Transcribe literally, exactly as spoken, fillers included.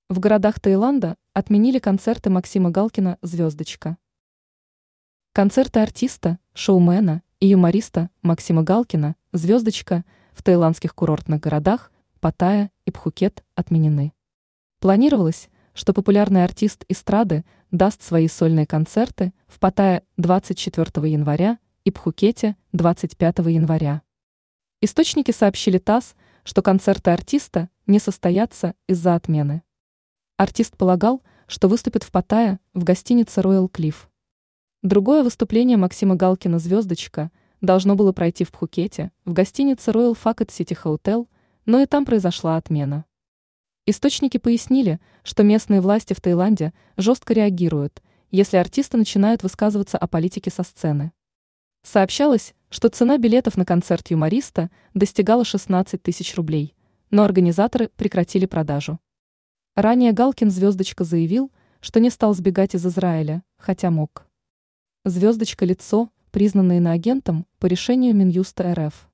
В городах Таиланда отменили концерты Максима Галкина «Звездочка». Концерты артиста, шоумена и юмориста Максима Галкина «Звездочка» в таиландских курортных городах Паттайя и Пхукет отменены. Планировалось, что популярный артист эстрады даст свои сольные концерты в Паттайе двадцать четвёртого января и Пхукете двадцать пятого января. Источники сообщили ТАСС, что концерты артиста не состоятся из-за отмены. Артист полагал, что выступит в Паттайе в гостинице Royal Cliff. Другое выступление Максима Галкина «Звездочка» должно было пройти в Пхукете, в гостинице Royal Phuket City Hotel, но и там произошла отмена. Источники пояснили, что местные власти в Таиланде жестко реагируют, если артисты начинают высказываться о политике со сцены. Сообщалось, что цена билетов на концерт юмориста достигала шестнадцать тысяч рублей, но организаторы прекратили продажу. Ранее Галкин «Звездочка» заявил, что не стал сбегать из Израиля, хотя мог. «Звездочка» – лицо, признанное иноагентом по решению Минюста эр эф.